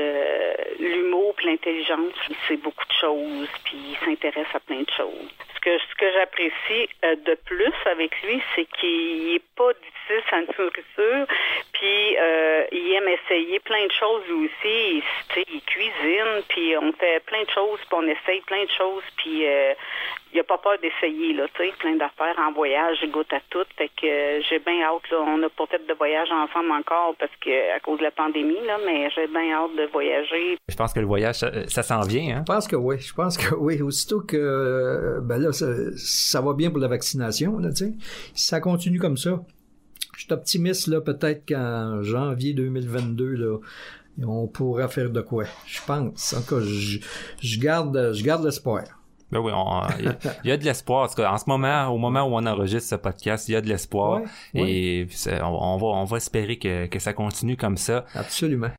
l'humour puis l'intelligence. Il sait beaucoup de choses, puis il s'intéresse à plein de choses. Ce que j'apprécie de plus avec lui, c'est qu'il est pas difficile sa nourriture, puis il aime essayer plein de choses lui aussi. Il cuisine, puis on fait plein de choses, puis on essaye plein de choses, puis il a pas peur d'essayer, là, tu sais, plein d'affaires en voyage, il goûte à tout, fait que j'ai bien hâte, là, on a peut-être de voyage ensemble encore parce que à cause de la pandémie, là, mais j'ai bien hâte de voyager. Je pense que le voyage, ça s'en vient, hein? Je pense que oui, aussitôt que, là, ça va bien pour la vaccination, là, tu sais, si ça continue comme ça, je suis optimiste, là, peut-être qu'en janvier 2022, là, on pourra faire de quoi, je pense. En tout cas, je garde l'espoir. Ben oui, il y a de l'espoir. En ce moment, au moment où on enregistre ce podcast, il y a de l'espoir. Et on va espérer que ça continue comme ça. Absolument.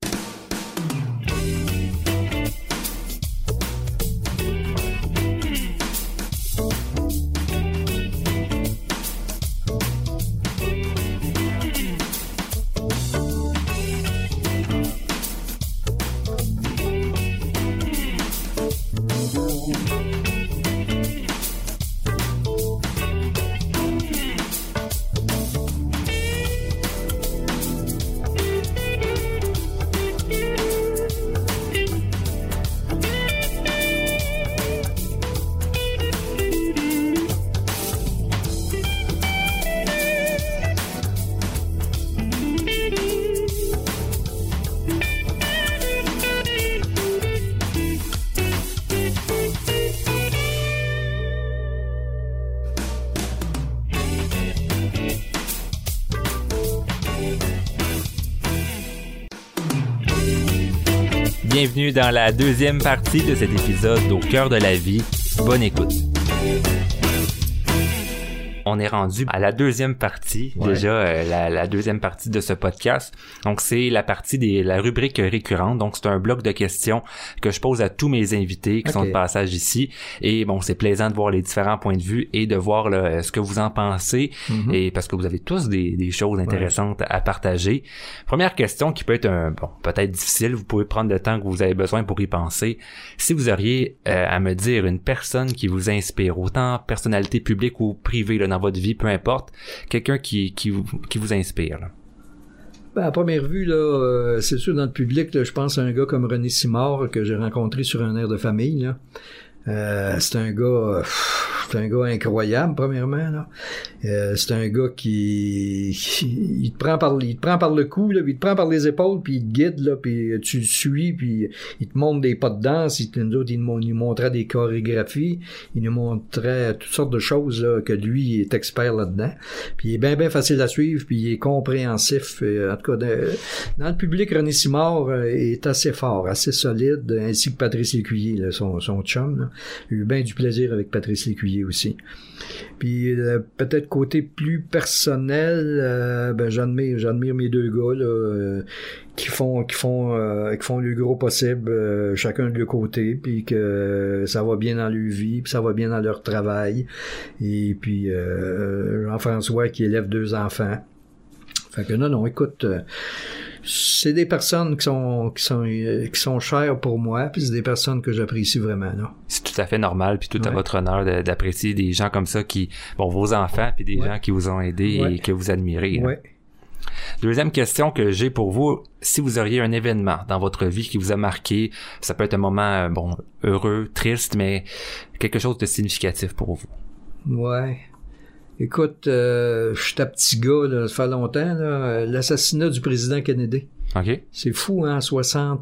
Bienvenue dans la deuxième partie de cet épisode Au cœur de la vie. Bonne écoute. On est rendu à la deuxième partie, déjà la deuxième partie de ce podcast. Donc c'est la partie la rubrique récurrente. Donc c'est un bloc de questions que je pose à tous mes invités qui sont de passage ici. Et bon, c'est plaisant de voir les différents points de vue et de voir là, ce que vous en pensez. Et parce que vous avez tous des choses intéressantes à partager. Première question qui peut être peut-être difficile. Vous pouvez prendre le temps que vous avez besoin pour y penser. Si vous auriez à me dire une personne qui vous inspire, autant personnalité publique ou privée là, dans votre vie, peu importe, quelqu'un qui vous inspire. Là. À première vue, là, c'est sûr, dans le public, là, je pense à un gars comme René Simard que j'ai rencontré sur un air de famille. Là. C'est un gars incroyable, premièrement, là. C'est un gars qui il te prend par le cou, là, puis il te prend par les épaules, puis il te guide, là, puis tu le suis, puis il te montre des pas de danse, il nous montrait des chorégraphies, il nous montrait toutes sortes de choses, là, que lui est expert là-dedans. Puis il est bien facile à suivre, puis il est compréhensif. En tout cas, dans le public, René Simard est assez fort, assez solide, ainsi que Patrice Lécuyer, là, son chum, là. J'ai eu bien du plaisir avec Patrice Lécuyer aussi. Puis peut-être côté plus personnel, j'admire mes deux gars là, qui font le gros possible, chacun de leur côté, puis que ça va bien dans leur vie, puis ça va bien dans leur travail. Et puis Jean-François qui élève 2 enfants. Fait que non, écoute, c'est des personnes qui sont chères pour moi, puis c'est des personnes que j'apprécie vraiment, là. C'est tout à fait normal, puis tout à votre honneur d'apprécier des gens comme ça qui, vos enfants, puis des gens qui vous ont aidé et que vous admirez. Ouais. Deuxième question que j'ai pour vous, si vous auriez un événement dans votre vie qui vous a marqué, ça peut être un moment, heureux, triste, mais quelque chose de significatif pour vous. Ouais. Écoute, je suis un petit gars, là, ça fait longtemps, là, l'assassinat du président Kennedy. OK. C'est fou, hein, 63,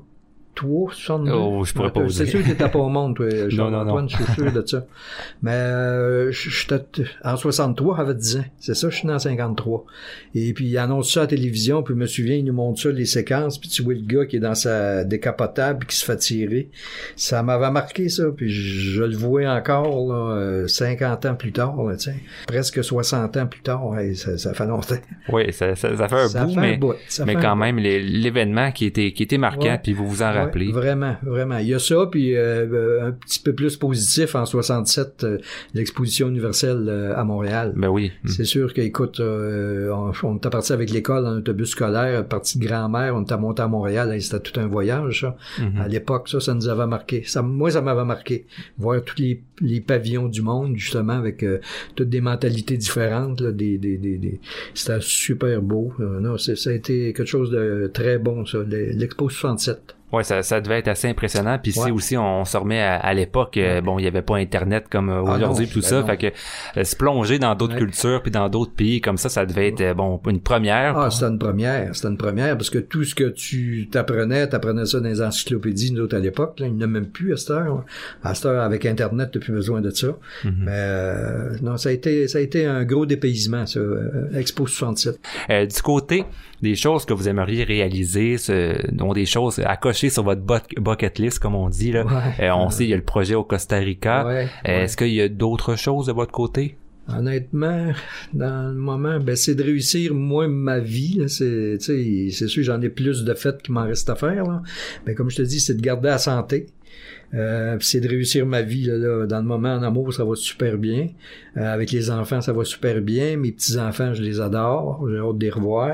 69. Oh, je pourrais pas vous dire. C'est sûr que t'étais pas au monde, toi, Charles-Antoine, je suis sûr de ça. Mais j'étais en 63, j'avais 10 ans. C'est ça, je suis né en 53. Et puis, il annonce ça à la télévision, puis je me souviens, il nous montre ça, les séquences, puis tu vois le gars qui est dans sa décapotable, puis qui se fait tirer. Ça m'avait marqué, ça, puis je le vois encore, là, 50 ans plus tard, là, tu sais. Presque 60 ans plus tard, ça fait longtemps. Oui, ça fait un bout, mais quand même, l'événement qui était marquant, puis vous vous en rappelez. Vraiment. Il y a ça, puis un petit peu plus positif en 67, l'exposition universelle à Montréal. Ben oui. C'est sûr qu'écoute, on était parti avec l'école en autobus scolaire, parti de grand-mère, on était monté à Montréal, hein, c'était tout un voyage, ça. Mm-hmm. À l'époque, ça nous avait marqué. Moi, ça m'avait marqué. Voir tous les pavillons du monde, justement, avec toutes des mentalités différentes, là, c'était super beau. Non, ça a été quelque chose de très bon, ça, l'Expo 67. Ouais, ça devait être assez impressionnant. Puis si aussi on se remet à l'époque, il y avait pas Internet comme aujourd'hui, tout ça. Fait que se plonger dans d'autres cultures puis dans d'autres pays comme ça devait être une première. Ah, c'était une première parce que tout ce que tu t'apprenais ça dans les encyclopédies, nous autres à l'époque. Là, il n'y en a même plus à cette heure. À cette heure, avec Internet, t'as plus besoin de ça. Mm-hmm. Mais non, ça a été un gros dépaysement, ça, Expo 67. Du côté des choses que vous aimeriez réaliser, dont des choses à cocher sur votre bucket list, comme on dit, là. On sait, il y a le projet au Costa Rica. Est-ce qu'il y a d'autres choses de votre côté? Honnêtement, dans le moment, c'est de réussir, moi, ma vie, là. C'est sûr, j'en ai plus de fait qu'il m'en reste à faire, là. Mais comme je te dis, c'est de garder la santé. C'est de réussir ma vie là, dans le moment en amour, ça va super bien. Avec les enfants, ça va super bien. Mes petits-enfants, je les adore. J'ai hâte de les revoir.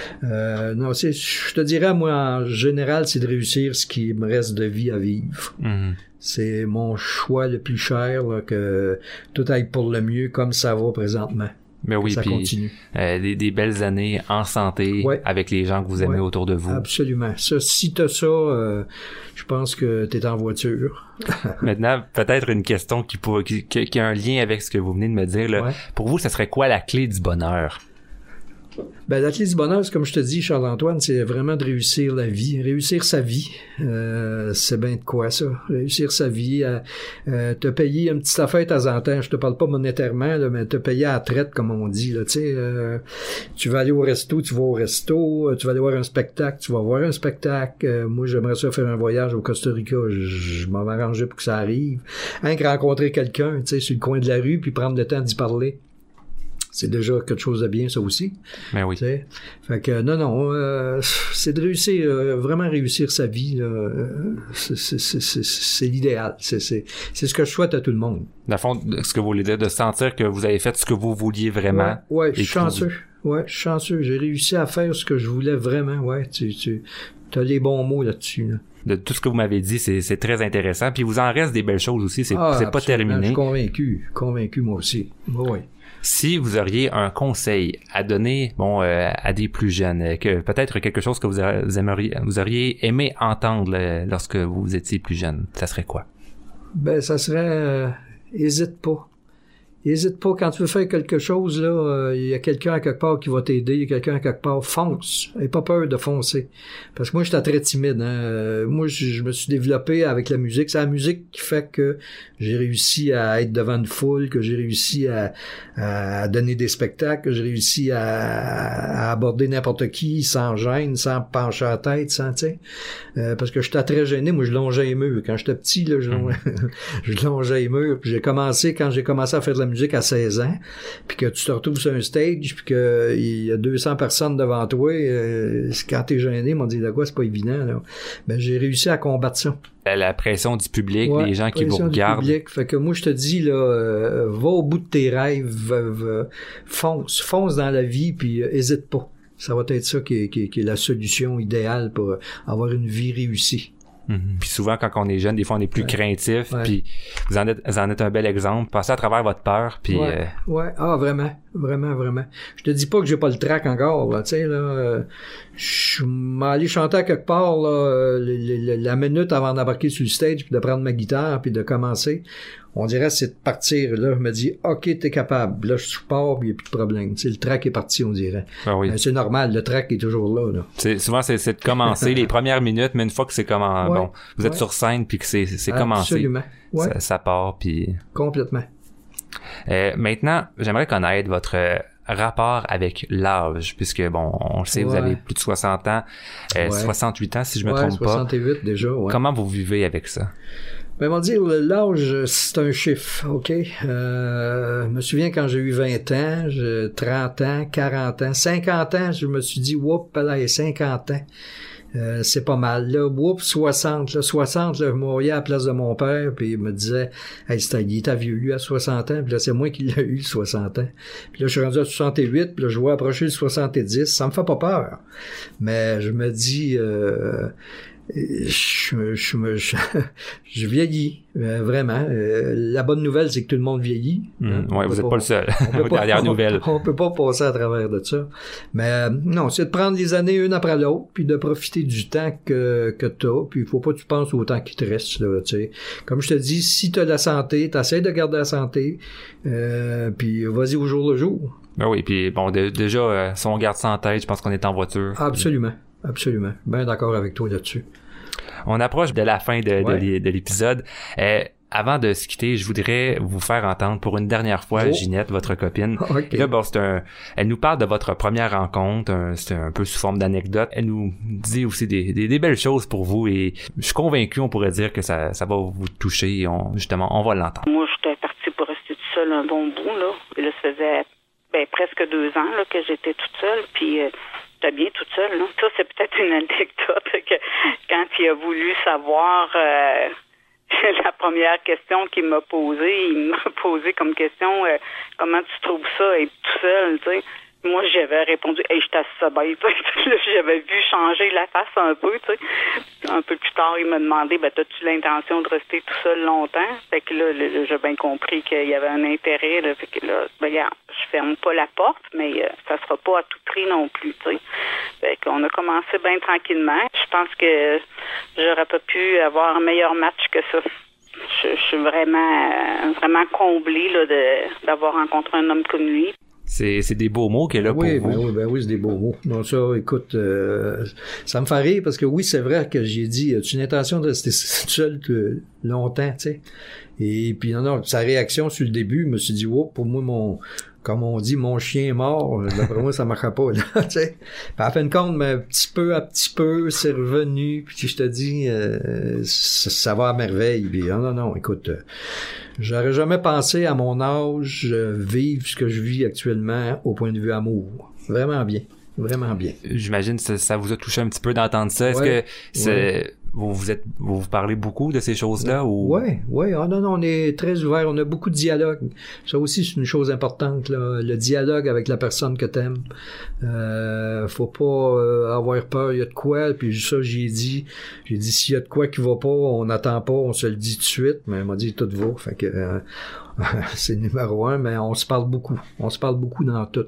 Non, je te dirais, moi, en général, c'est de réussir ce qui me reste de vie à vivre. Mm-hmm. C'est mon choix le plus cher, là, que tout aille pour le mieux comme ça va présentement. Mais oui, ça continue. Des belles années en santé avec les gens que vous aimez autour de vous. Absolument. Ça, si t'as ça, je pense que t'es en voiture. Maintenant, peut-être une question qui a un lien avec ce que vous venez de me dire. Là. Pour vous, ça serait quoi la clé du bonheur? La clé du bonheur, c'est comme je te dis, Charles-Antoine, c'est vraiment de réussir la vie, réussir sa vie. C'est bien de quoi, ça? Réussir sa vie, te payer une petite affaire de temps en temps. Je te parle pas monétairement, là, mais te payer à la traite, comme on dit, là, tu sais. Tu vas aller au resto, tu vas au resto. Tu vas aller voir un spectacle, tu vas voir un spectacle. Moi, j'aimerais ça faire un voyage au Costa Rica. Je m'en vais arranger pour que ça arrive. Rien que rencontrer quelqu'un, tu sais, sur le coin de la rue, puis prendre le temps d'y parler. C'est déjà quelque chose de bien, ça aussi. Ben oui. T'sais? Fait que, non, c'est de réussir, vraiment réussir sa vie, là. C'est l'idéal. C'est ce que je souhaite à tout le monde. Dans le fond, ce que vous voulez dire, de sentir que vous avez fait ce que vous vouliez vraiment. Ouais, je suis chanceux. Ouais, je suis chanceux. J'ai réussi à faire ce que je voulais vraiment. Ouais, tu as les bons mots là-dessus, là. De tout ce que vous m'avez dit, c'est très intéressant. Puis il vous en reste des belles choses aussi. C'est pas terminé. Je suis convaincu moi aussi. Oui. Si vous auriez un conseil à donner, à des plus jeunes, que peut-être quelque chose que vous auriez aimé entendre lorsque vous étiez plus jeune, ça serait quoi? Ben, ça serait... hésite pas. Hésite pas, quand tu veux faire quelque chose, là, il y a quelqu'un à quelque part qui va t'aider, il y a quelqu'un à quelque part, fonce. N'aie pas peur de foncer. Parce que moi, j'étais très timide, hein. Moi, je me suis développé avec la musique. C'est la musique qui fait que j'ai réussi à être devant une foule, que j'ai réussi à donner des spectacles, que j'ai réussi à aborder n'importe qui sans gêne, sans pencher la tête, sans, tu sais. Parce que j'étais très gêné. Moi, je longeais les murs. Quand j'étais petit, là, je longeais les murs. Puis quand j'ai commencé à faire de la musique à 16 ans, puis que tu te retrouves sur un stage, puis qu'il y a 200 personnes devant toi, quand t'es gêné, ils m'ont dit, de quoi, c'est pas évident, là. Ben, j'ai réussi à combattre ça. La pression du public, les gens qui vous regardent. Public. Fait que moi, je te dis, là, va au bout de tes rêves, fonce dans la vie, puis hésite pas. Ça va être ça qui est la solution idéale pour avoir une vie réussie. Mm-hmm. Puis souvent, quand on est jeune, des fois, on est plus craintif. Puis vous en êtes un bel exemple. Passez à travers votre peur. Puis Ah, vraiment. Je te dis pas que j'ai pas le trac encore, là. Tu sais, là, je m'allais chanter à quelque part, là, la minute avant d'embarquer sur le stage, puis de prendre ma guitare, puis de commencer. On dirait c'est de partir. Là, je me dis, OK, t'es capable. Là, je pars, puis il n'y a plus de problème. Tu sais, le trac est parti, on dirait. Ah oui. C'est normal, le trac est toujours là. Souvent, c'est de commencer les premières minutes, mais une fois que c'est bon, vous êtes sur scène, puis que c'est commencé. Absolument. Ouais. Ça part, puis... Complètement. Maintenant, j'aimerais connaître votre rapport avec l'âge, puisque, bon, on le sait, vous avez plus de 60 ans, 68 ans, si je me trompe pas. 68 déjà, Comment vous vivez avec ça? Ben, on va dire, l'âge, c'est un chiffre, OK? Je me souviens quand j'ai eu 20 ans, 30 ans, 40 ans, 50 ans, je me suis dit, whoop, là, 50 ans. C'est pas mal. Là, whoop, 60. Là, 60, là, je mourais à la place de mon père, puis il me disait, hey, il était vieux, lui, à 60 ans, puis là, c'est moi qui l'ai eu, 60 ans. Puis là, je suis rendu à 68, puis là, je vois approcher le 70. Ça me fait pas peur. Mais je me dis, je vieillis, vraiment. La bonne nouvelle, c'est que tout le monde vieillit. Ouais, vous n'êtes pas le seul. Dernière nouvelle. On peut pas passer à travers de ça. Mais non, c'est de prendre les années une après l'autre, puis de profiter du temps que t'as. Puis il faut pas que tu penses au temps qui te reste, là, tu sais. Comme je te dis, si t'as la santé, t'essaies de garder la santé, puis vas-y au jour le jour. Ben oui, puis bon, déjà, si on garde ça en tête, je pense qu'on est en voiture. Absolument. Ben d'accord avec toi là-dessus. On approche de la fin de l'épisode. Avant de se quitter, je voudrais vous faire entendre pour une dernière fois Ginette, votre copine. Okay. Là, bon, elle nous parle de votre première rencontre, c'est un peu sous forme d'anecdote. Elle nous dit aussi des belles choses pour vous et je suis convaincu, on pourrait dire que ça va vous toucher. Justement, on va l'entendre. Moi, j'étais partie pour rester toute seule un bon bout, là. Et là, ça faisait presque 2 ans là, que j'étais toute seule, puis... J'étais bien toute seule, là. Ça, c'est peut-être une anecdote que quand il a voulu savoir la première question qu'il m'a posée, il m'a posé comme question comment tu trouves ça être tout seul, tu sais. Moi, j'avais répondu, hey, je t'assure bien, j'avais vu changer la face un peu, tu sais. Un peu plus tard, il m'a demandé, t'as-tu l'intention de rester tout seul longtemps? Fait que là, j'ai bien compris qu'il y avait un intérêt, là. Fait que là, regarde, je ferme pas la porte, mais ça sera pas à tout prix non plus, tu sais. Fait qu'on a commencé bien tranquillement. Je pense que j'aurais pas pu avoir un meilleur match que ça. Je suis vraiment comblée, là, d'avoir rencontré un homme comme lui. C'est des beaux mots qu'elle a pour vous. Ben oui, c'est des beaux mots. Donc ça, écoute, ça me fait rire parce que oui, c'est vrai que j'ai dit, as-tu une intention de rester seul longtemps, tu sais? Et puis non, sa réaction sur le début, je me suis dit, pour moi, comme on dit, mon chien est mort. D'après moi, ça marchera pas, là, tu sais. Puis en fin de compte, mais petit peu à petit peu, c'est revenu. Puis je te dis, ça va à merveille. Puis non, écoute, j'aurais jamais pensé à mon âge vivre ce que je vis actuellement au point de vue amour. Vraiment bien. J'imagine que ça vous a touché un petit peu d'entendre ça. Est-ce que vous parlez beaucoup de ces choses-là ou? Oui. Non, on est très ouvert. On a beaucoup de dialogue. Ça aussi, c'est une chose importante, là. Le dialogue avec la personne que t'aimes. Faut pas avoir peur. Il y a de quoi. Puis ça, j'ai dit, s'il y a de quoi qui va pas, on n'attend pas, on se le dit tout de suite. Mais elle m'a dit tout va. Fait que c'est numéro 1, mais on se parle beaucoup. On se parle beaucoup dans tout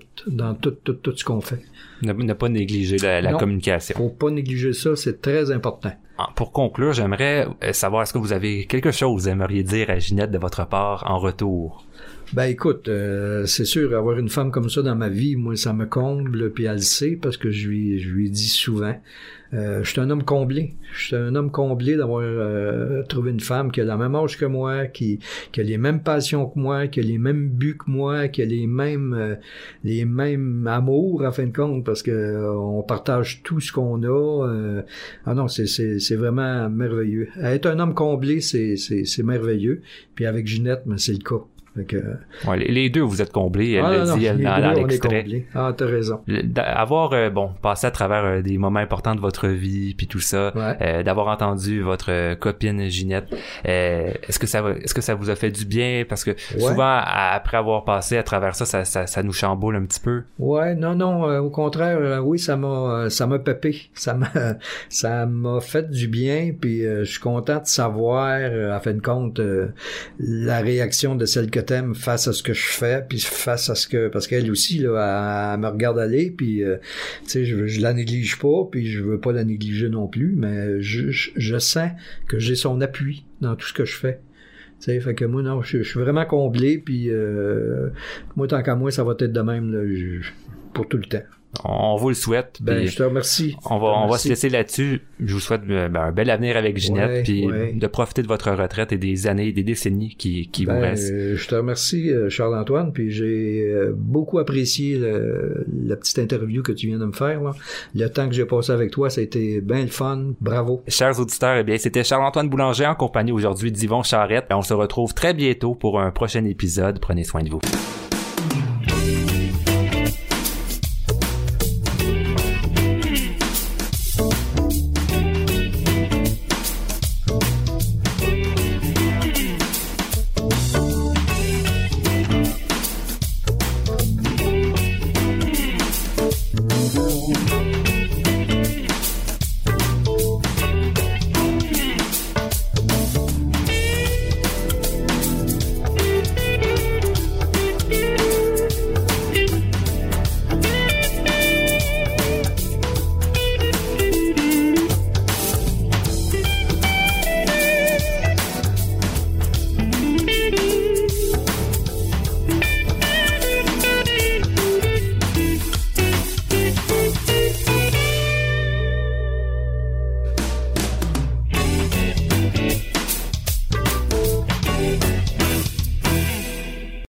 ce qu'on fait. Ne pas négliger la communication. Faut pas négliger ça, c'est très important. Pour conclure, j'aimerais savoir, est-ce que vous avez quelque chose que vous aimeriez dire à Ginette de votre part en retour? Ben écoute, c'est sûr, avoir une femme comme ça dans ma vie, moi, ça me comble, puis elle le sait, parce que je lui dis souvent. Je suis un homme comblé. Je suis un homme comblé d'avoir trouvé une femme qui a le même âge que moi, qui a les mêmes passions que moi, qui a les mêmes buts que moi, qui a les mêmes amours, en fin de compte, parce que on partage tout ce qu'on a. Ah non, c'est vraiment merveilleux. Être un homme comblé, c'est merveilleux. Puis avec Ginette, ben, c'est le cas. Ouais, les deux, vous êtes comblés, elle l'a dit dans l'extrait. Ah, t'as raison. Avoir passé à travers des moments importants de votre vie puis tout ça, ouais. D'avoir entendu votre copine Ginette, est-ce que ça vous a fait du bien? Parce que souvent, après avoir passé à travers ça nous chamboule un petit peu. Ouais, non, au contraire, oui, ça m'a pépé. Ça m'a fait du bien, puis je suis content de savoir, en fin de compte, la réaction de celle que t'aimes face à ce que je fais, puis face à ce que, parce qu'elle aussi là, elle me regarde aller, puis tu sais, je la néglige pas, puis je veux pas la négliger non plus, mais je sens que j'ai son appui dans tout ce que je fais. Tu sais, fait que moi non, je suis vraiment comblé, puis moi tant qu'à moi ça va être de même là, pour tout le temps. On vous le souhaite. Ben, je te remercie. On va se laisser là-dessus. Je vous souhaite un bel avenir avec Ginette, puis de profiter de votre retraite et des années, des décennies qui vous restent. Je te remercie, Charles-Antoine, puis j'ai beaucoup apprécié la petite interview que tu viens de me faire, là. Le temps que j'ai passé avec toi, ça a été bien le fun. Bravo. Chers auditeurs, eh bien, c'était Charles-Antoine Boulanger en compagnie aujourd'hui d'Yvon Charrette. On se retrouve très bientôt pour un prochain épisode. Prenez soin de vous.